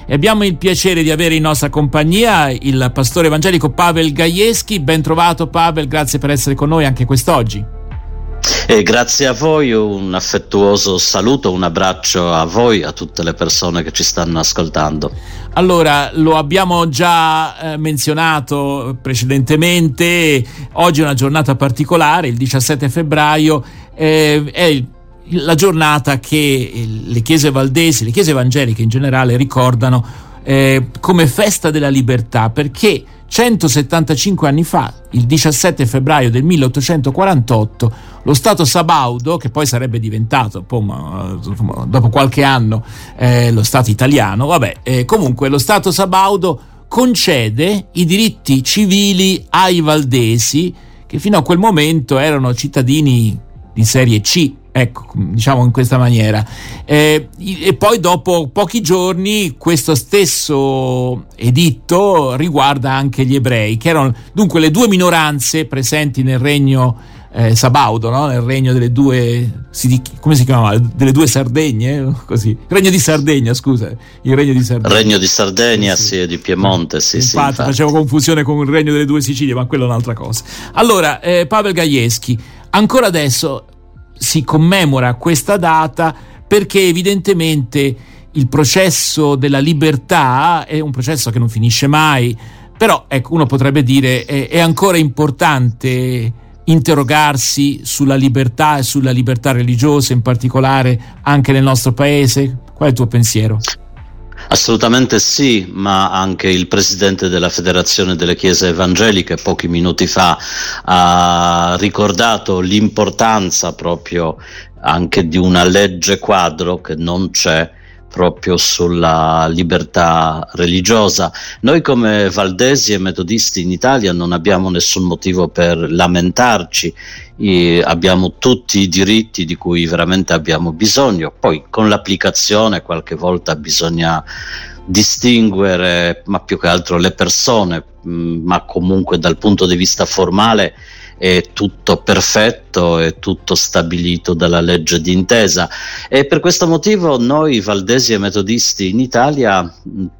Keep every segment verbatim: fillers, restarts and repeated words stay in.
e abbiamo il piacere di avere in nostra compagnia il pastore evangelico Pavel Gajewski. Ben trovato Pavel, grazie per essere con noi anche quest'oggi. E grazie a voi, un affettuoso saluto, un abbraccio a voi, a tutte le persone che ci stanno ascoltando. Allora, lo abbiamo già eh, menzionato precedentemente, oggi è una giornata particolare, il diciassette febbraio, eh, è il la giornata che le chiese valdesi, le chiese evangeliche in generale ricordano eh, come festa della libertà, perché centosettantacinque anni fa, il diciassette febbraio del milleottocentoquarantotto, lo Stato sabaudo, che poi sarebbe diventato dopo qualche anno eh, lo Stato italiano, vabbè, eh, comunque lo Stato sabaudo concede i diritti civili ai valdesi che fino a quel momento erano cittadini di serie C, ecco, diciamo in questa maniera, eh, e poi dopo pochi giorni questo stesso editto riguarda anche gli ebrei, che erano dunque le due minoranze presenti nel regno eh, sabaudo, no? Nel regno delle due, si, come si chiamava? Delle due Sardegne, così, regno di Sardegna, scusa, il regno di Sardegna. Regno di Sardegna, sì, sì, di Piemonte, sì, infatti, sì. Infatti facevo confusione con il regno delle due Sicilie, ma quello è un'altra cosa. Allora, eh, Pavel Gajewski, ancora adesso si commemora questa data perché evidentemente il processo della libertà è un processo che non finisce mai, però ecco, uno potrebbe dire è, è ancora importante interrogarsi sulla libertà e sulla libertà religiosa in particolare anche nel nostro paese. Qual è il tuo pensiero? Assolutamente sì, ma anche il presidente della Federazione delle Chiese Evangeliche pochi minuti fa ha ricordato l'importanza proprio anche di una legge quadro che non c'è proprio sulla libertà religiosa. Noi come valdesi e metodisti in Italia non abbiamo nessun motivo per lamentarci, e abbiamo tutti i diritti di cui veramente abbiamo bisogno, poi con l'applicazione qualche volta bisogna distinguere, ma più che altro le persone, ma comunque dal punto di vista formale è tutto perfetto, è tutto stabilito dalla legge d'intesa, e per questo motivo noi valdesi e metodisti in Italia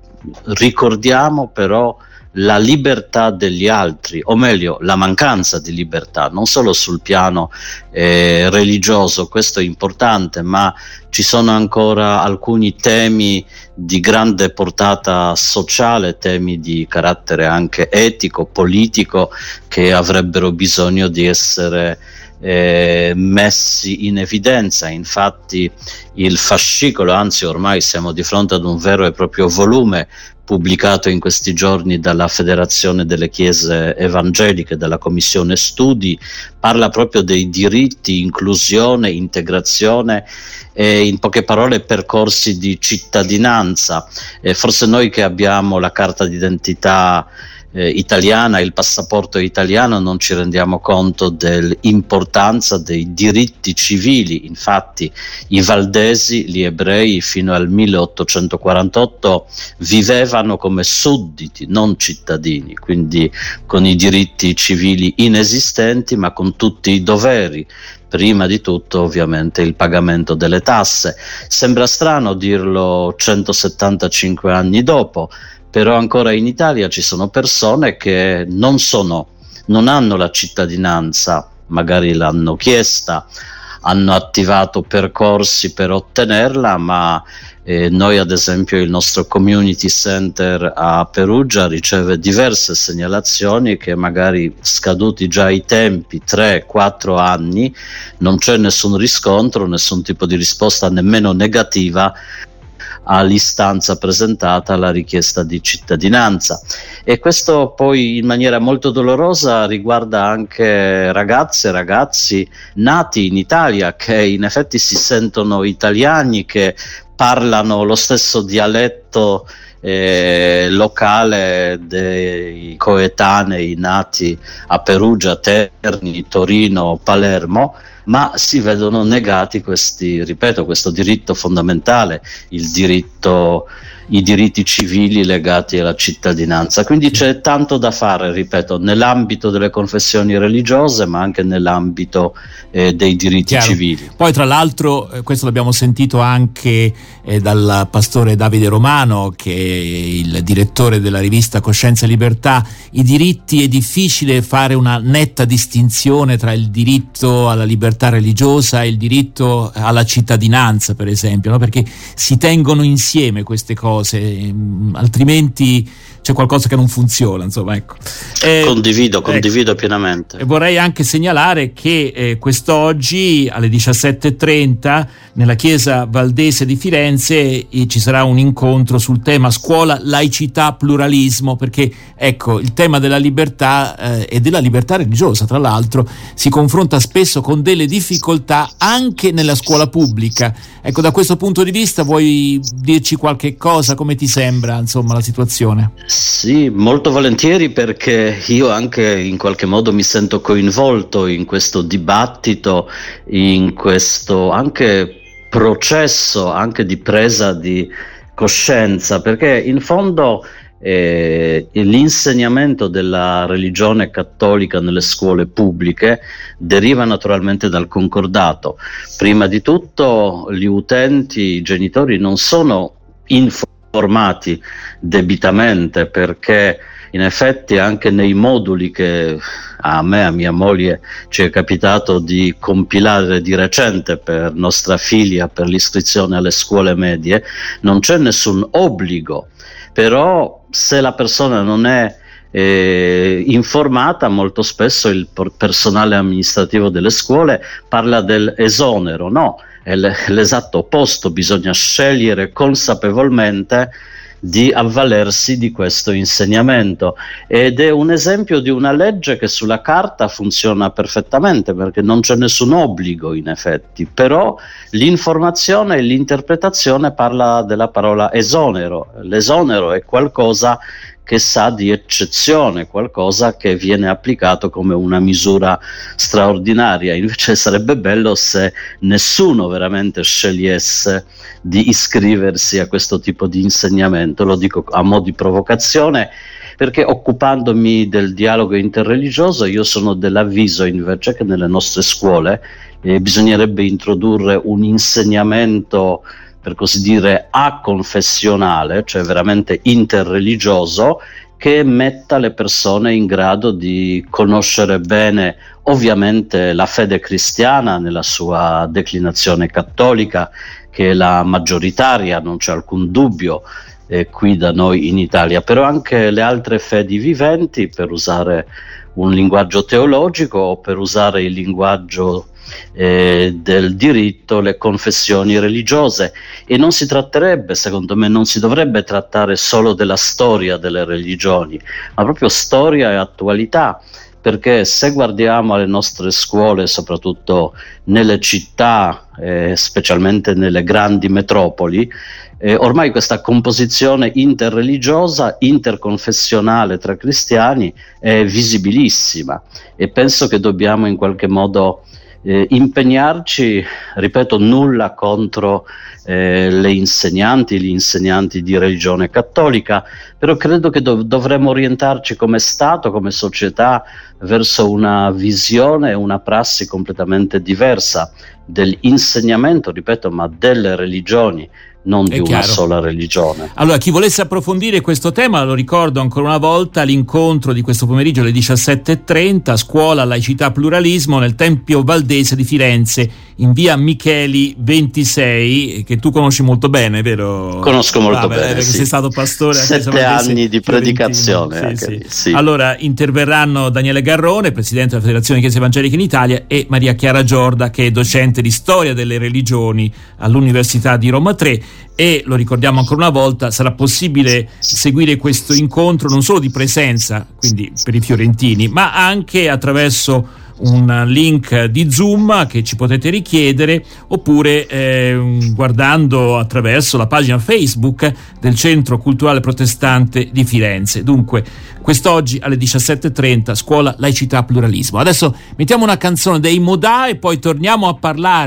ricordiamo però la libertà degli altri, o meglio la mancanza di libertà, non solo sul piano eh, religioso, questo è importante, ma ci sono ancora alcuni temi di grande portata sociale, temi di carattere anche etico, politico, che avrebbero bisogno di essere eh, messi in evidenza. Infatti il fascicolo, anzi ormai siamo di fronte ad un vero e proprio volume pubblicato in questi giorni dalla Federazione delle Chiese Evangeliche, dalla Commissione Studi, parla proprio dei diritti, inclusione, integrazione e in poche parole percorsi di cittadinanza. E forse noi che abbiamo la carta d'identità eh, italiana, il passaporto italiano, non ci rendiamo conto dell'importanza dei diritti civili. Infatti i valdesi, gli ebrei, fino al milleottocentoquarantotto vivevano come sudditi, non cittadini, quindi con i diritti civili inesistenti, ma con tutti i doveri. Prima di tutto ovviamente il pagamento delle tasse. Sembra strano dirlo centosettantacinque anni dopo, però ancora in Italia ci sono persone che non sono, non hanno la cittadinanza, magari l'hanno chiesta, hanno attivato percorsi per ottenerla, ma eh, noi ad esempio il nostro community center a Perugia riceve diverse segnalazioni che magari scaduti già i tempi, tre quattro anni, non c'è nessun riscontro, nessun tipo di risposta nemmeno negativa all'istanza presentata, alla richiesta di cittadinanza. E questo poi in maniera molto dolorosa riguarda anche ragazze e ragazzi nati in Italia che in effetti si sentono italiani, che parlano lo stesso dialetto eh, locale dei coetanei nati a Perugia, Terni, Torino, Palermo, ma si vedono negati questi, ripeto, questo diritto fondamentale, il diritto i diritti civili legati alla cittadinanza. Quindi c'è tanto da fare, ripeto, nell'ambito delle confessioni religiose, ma anche nell'ambito eh, dei diritti Chiaro. civili. Poi tra l'altro, eh, questo l'abbiamo sentito anche eh, dal pastore Davide Romano, che è il direttore della rivista Coscienza e Libertà, i diritti, è difficile fare una netta distinzione tra il diritto alla libertà religiosa e il diritto alla cittadinanza, per esempio, no? Perché si tengono insieme queste cose, mh, altrimenti c'è qualcosa che non funziona, insomma, ecco. Eh, condivido, condivido ecco. pienamente. E vorrei anche segnalare che eh, quest'oggi alle diciassette e trenta nella chiesa valdese di Firenze eh, ci sarà un incontro sul tema scuola, laicità, pluralismo, perché ecco, il tema della libertà eh, e della libertà religiosa, tra l'altro, si confronta spesso con delle difficoltà anche nella scuola pubblica. Ecco, da questo punto di vista vuoi dirci qualche cosa? Come ti sembra, insomma, la situazione? Sì, molto volentieri, perché io anche in qualche modo mi sento coinvolto in questo dibattito, in questo anche processo anche di presa di coscienza, perché in fondo eh, l'insegnamento della religione cattolica nelle scuole pubbliche deriva naturalmente dal concordato. Prima di tutto gli utenti, i genitori non sono informati debitamente, perché in effetti anche nei moduli che a me, a mia moglie, ci è capitato di compilare di recente per nostra figlia per l'iscrizione alle scuole medie, non c'è nessun obbligo, però se la persona non è eh, informata, molto spesso il personale amministrativo delle scuole parla dell'esonero. No, è l'esatto opposto, bisogna scegliere consapevolmente di avvalersi di questo insegnamento, ed è un esempio di una legge che sulla carta funziona perfettamente, perché non c'è nessun obbligo in effetti, però l'informazione e l'interpretazione parla della parola esonero. L'esonero è qualcosa che sa di eccezione, qualcosa che viene applicato come una misura straordinaria. Invece sarebbe bello se nessuno veramente scegliesse di iscriversi a questo tipo di insegnamento. Lo dico a mo' di provocazione, perché occupandomi del dialogo interreligioso io sono dell'avviso invece che nelle nostre scuole eh, bisognerebbe introdurre un insegnamento, per così dire, aconfessionale, cioè veramente interreligioso, che metta le persone in grado di conoscere bene ovviamente la fede cristiana nella sua declinazione cattolica, che è la maggioritaria, non c'è alcun dubbio eh, qui da noi in Italia, però anche le altre fedi viventi, per usare un linguaggio teologico, o per usare il linguaggio Eh, del diritto, le confessioni religiose. E non si tratterebbe, secondo me, non si dovrebbe trattare solo della storia delle religioni, ma proprio storia e attualità, perché se guardiamo alle nostre scuole, soprattutto nelle città, eh, specialmente nelle grandi metropoli, eh, ormai questa composizione interreligiosa, interconfessionale tra cristiani è visibilissima, e penso che dobbiamo in qualche modo Eh, impegnarci, ripeto, nulla contro eh, le insegnanti, gli insegnanti di religione cattolica, però credo che dov- dovremmo orientarci come Stato, come società, verso una visione e una prassi completamente diversa dell'insegnamento, ripeto, ma delle religioni, non di una sola religione. Allora, chi volesse approfondire questo tema, lo ricordo ancora una volta, l'incontro di questo pomeriggio alle diciassette e trenta, scuola, laicità, pluralismo, nel Tempio Valdese di Firenze, in via Micheli ventisei, che tu conosci molto bene, vero? Conosco molto ah, bene, perché sì. sei stato pastore. Sette anni di predicazione. Sì, anche sì. lì, sì. Allora, interverranno Daniele Garrone, presidente della Federazione Chiese Evangeliche in Italia, e Maria Chiara Giorda, che è docente di storia delle religioni all'Università di Roma tre. E lo ricordiamo ancora una volta, sarà possibile seguire questo incontro non solo di presenza, quindi per i fiorentini, ma anche attraverso un link di Zoom che ci potete richiedere, oppure eh, guardando attraverso la pagina Facebook del Centro Culturale Protestante di Firenze. Dunque, quest'oggi alle diciassette e trenta, scuola, laicità, pluralismo. Adesso mettiamo una canzone dei Modà e poi torniamo a parlare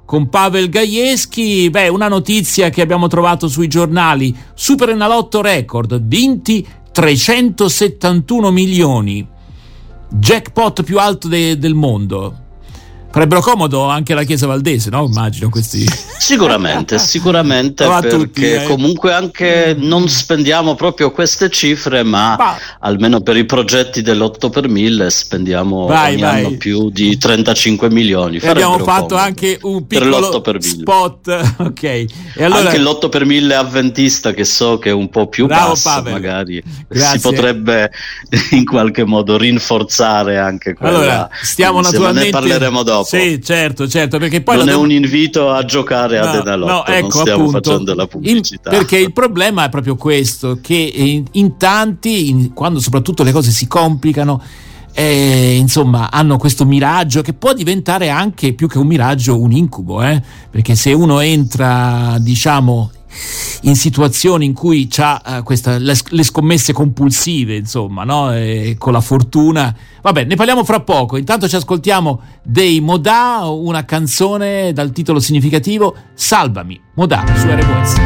con Pavel Gajewski. Beh, una notizia che abbiamo trovato sui giornali: Superenalotto record, vinti trecentosettantuno milioni, jackpot più alto de- del mondo. Farebbero comodo anche la Chiesa Valdese, no? Immagino questi. Sicuramente, sicuramente, No, a perché tutti, eh. comunque anche non spendiamo proprio queste cifre, ma, Ma- almeno per i progetti dell'otto per mille spendiamo Vai, ogni vai. anno più di trentacinque milioni. E abbiamo Farebbero fatto comodo anche un per piccolo l'otto per mille. spot. Ok. E allora, Anche l'otto per mille avventista, che so che è un po' più Bravo, basso, Pavel. magari Grazie. si potrebbe in qualche modo rinforzare anche quella. allora stiamo Insomma, naturalmente. ne parleremo dopo. Sì, certo, certo, perché poi Non la è dom- un invito a giocare No, ad Enalotto, no, ecco, non stiamo appunto, facendo la pubblicità. in- perché il problema è proprio questo, che in, in tanti, in- quando soprattutto le cose si complicano, eh, insomma, hanno questo miraggio che può diventare anche, più che un miraggio, un incubo, eh? Perché se uno entra, diciamo, in situazioni in cui c'ha eh, questa, le, le scommesse compulsive, insomma, no? E con la fortuna. Vabbè, ne parliamo fra poco. Intanto ci ascoltiamo dei Modà, una canzone dal titolo significativo Salvami, Modà su R W S.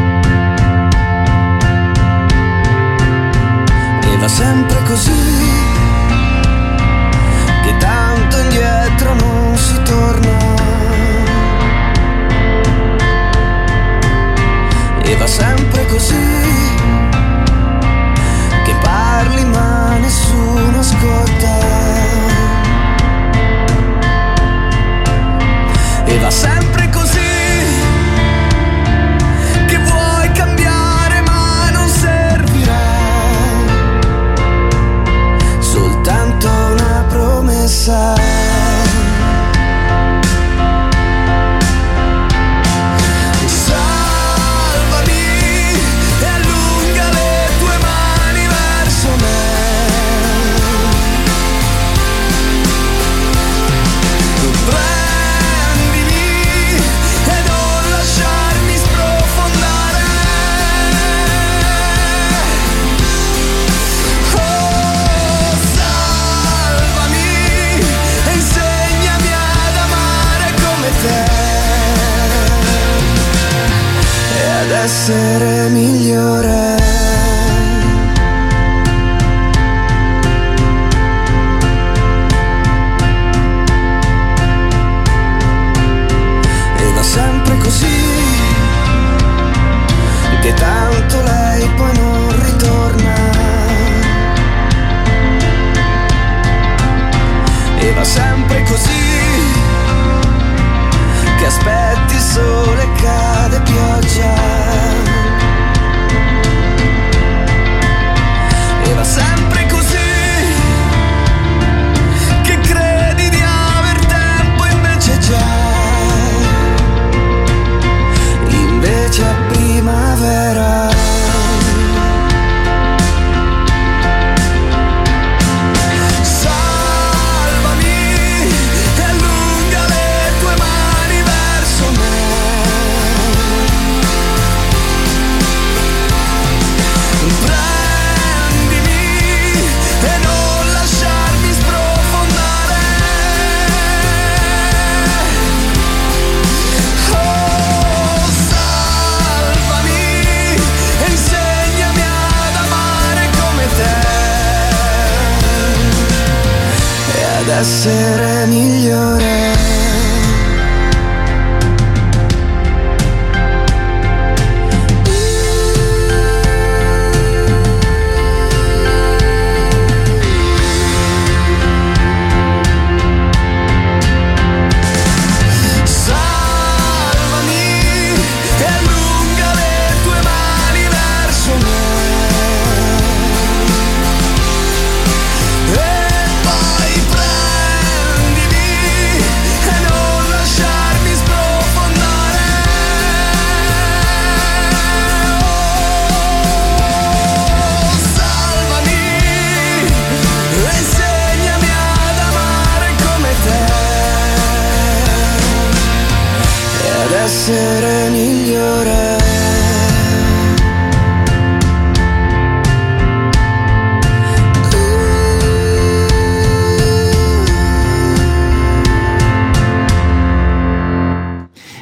E va sempre così, che tanto indietro non si torna. E va sempre così, che parli ma nessuno ascolta. E va sempre così, che vuoi cambiare ma non servirà. Soltanto una promessa. Essere migliore. E va sempre così, che tanto lei poi non ritorna. E va sempre così, che aspetti il sole, cade pioggia. E va sempre così, che credi di aver tempo, invece già, invece è primavera. Essere migliore. Prendimi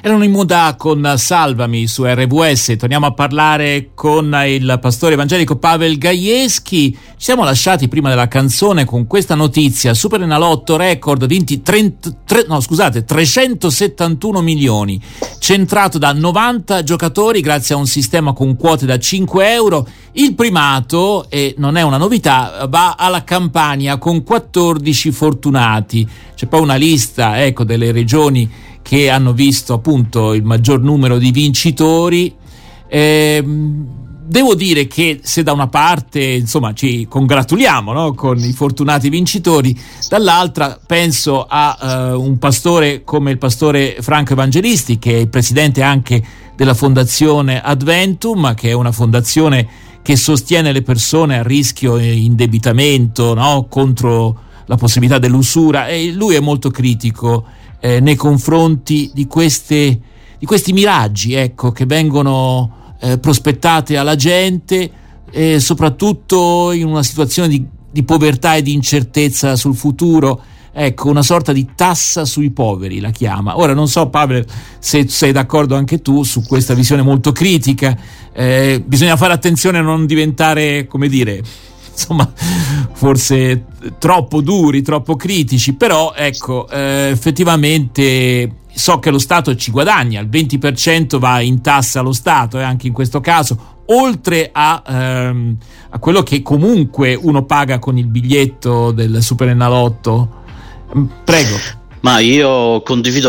Erano in moda con Salvami su R W S. Torniamo a parlare con il pastore evangelico Pavel Gajewski. Ci siamo lasciati prima della canzone con questa notizia: Superenalotto record, vinti trenta, tre, no, scusate, trecentosettantuno milioni, centrato da novanta giocatori grazie a un sistema con quote da cinque euro. Il primato, e non è una novità, va alla Campania con quattordici fortunati. C'è poi una lista, ecco, delle regioni che hanno visto appunto il maggior numero di vincitori. Eh, devo dire che se da una parte insomma ci congratuliamo, no, con i fortunati vincitori, dall'altra penso a uh, un pastore come il pastore Franco Evangelisti, che è il presidente anche della fondazione Adventum, che è una fondazione che sostiene le persone a rischio indebitamento, no, contro la possibilità dell'usura, e lui è molto critico eh, nei confronti di queste di questi miraggi, ecco, che vengono eh, prospettate alla gente, eh, soprattutto in una situazione di, di povertà e di incertezza sul futuro. Ecco, una sorta di tassa sui poveri la chiama. Ora non so, Pavel, se sei d'accordo anche tu su questa visione molto critica. Eh, bisogna fare attenzione a non diventare, come dire, insomma, forse troppo duri, troppo critici, però ecco, eh, effettivamente so che lo Stato ci guadagna, il venti per cento va in tassa allo Stato, eh, anche in questo caso, oltre a, ehm, a quello che comunque uno paga con il biglietto del Superenalotto. Prego. Ma io condivido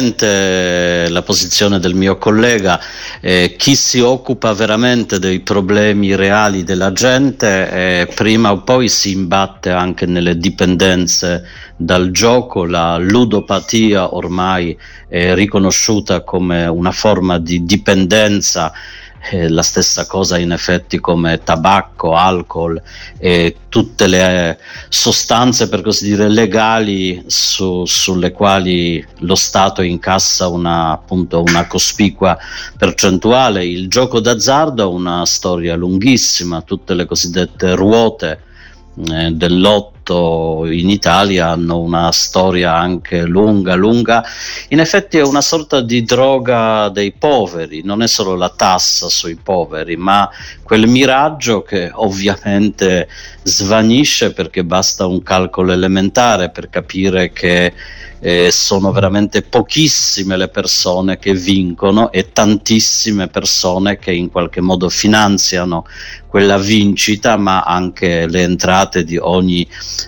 pienamente la posizione del mio collega. Eh, chi si occupa veramente dei problemi reali della gente eh, prima o poi si imbatte anche nelle dipendenze dal gioco. La ludopatia ormai è riconosciuta come una forma di dipendenza. Eh, la stessa cosa in effetti come tabacco, alcol e tutte le sostanze, per così dire, legali su, sulle quali lo Stato incassa una, appunto, una cospicua percentuale. Il gioco d'azzardo ha una storia lunghissima, tutte le cosiddette ruote eh, del lotto in Italia hanno una storia anche lunga lunga. In effetti è una sorta di droga dei poveri, non è solo la tassa sui poveri, ma quel miraggio che ovviamente svanisce perché basta un calcolo elementare per capire che eh, sono veramente pochissime le persone che vincono e tantissime persone che in qualche modo finanziano quella vincita, ma anche le entrate di ogni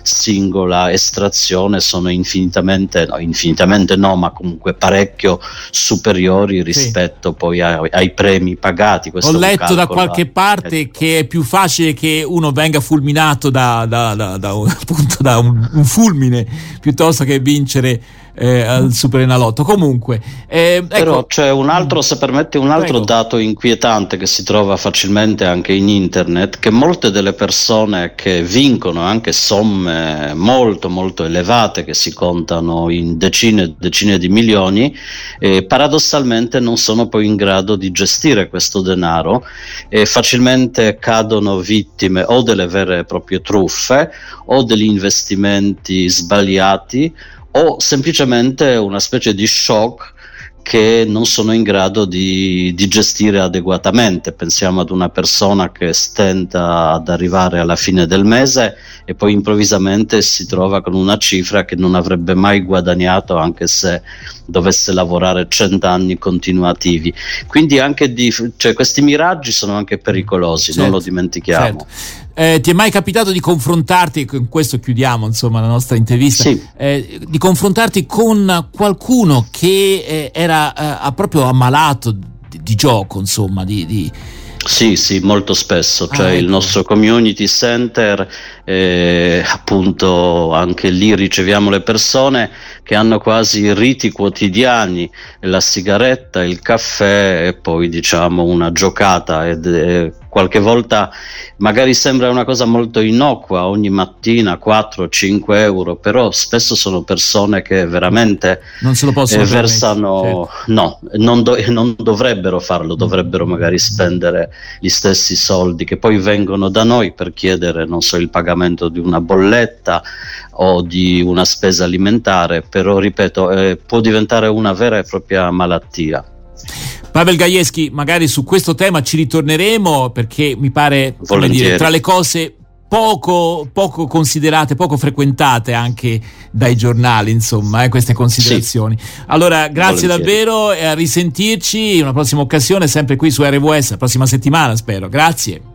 singola estrazione sono infinitamente, no, infinitamente no, ma comunque parecchio superiori rispetto sì. poi ai, ai premi pagati. Questo ho letto da qualche parte è... che è più facile che uno venga fulminato da, da, da, da, appunto da un, un fulmine piuttosto che vincere Eh, al Superenalotto. Comunque eh, però ecco. c'è un altro, se permetti, un altro Prego. dato inquietante che si trova facilmente anche in internet, che molte delle persone che vincono anche somme molto molto elevate, che si contano in decine e decine di milioni, eh, paradossalmente non sono poi in grado di gestire questo denaro e facilmente cadono vittime o delle vere e proprie truffe o degli investimenti sbagliati o semplicemente una specie di shock che non sono in grado di, di gestire adeguatamente. Pensiamo ad una persona che stenta ad arrivare alla fine del mese e poi improvvisamente si trova con una cifra che non avrebbe mai guadagnato anche se dovesse lavorare cent'anni continuativi. Quindi anche di, cioè, questi miraggi sono anche pericolosi, certo, non lo dimentichiamo. Certo. Eh, ti è mai capitato di confrontarti, con questo chiudiamo insomma la nostra intervista, sì. eh, di confrontarti con qualcuno che eh, era eh, proprio ammalato di, di gioco, insomma, di, di... Sì, sì, molto spesso, cioè ah, ecco. il nostro community center, eh, appunto anche lì riceviamo le persone che hanno quasi riti quotidiani, la sigaretta, il caffè e poi diciamo una giocata, ed è qualche volta magari sembra una cosa molto innocua, ogni mattina quattro cinque euro, però spesso sono persone che veramente non se lo possono eh, versano, certo. no, non, do- non dovrebbero farlo, dovrebbero magari spendere gli stessi soldi che poi vengono da noi per chiedere, non so, il pagamento di una bolletta o di una spesa alimentare, però ripeto, eh, può diventare una vera e propria malattia. Pavel Gajewski, magari su questo tema ci ritorneremo, perché mi pare, come dire, tra le cose poco, poco considerate, poco frequentate anche dai giornali, insomma, eh, queste considerazioni. Sì. Allora, grazie Volentieri. davvero e a risentirci in una prossima occasione, sempre qui su R W S, la prossima settimana spero. Grazie.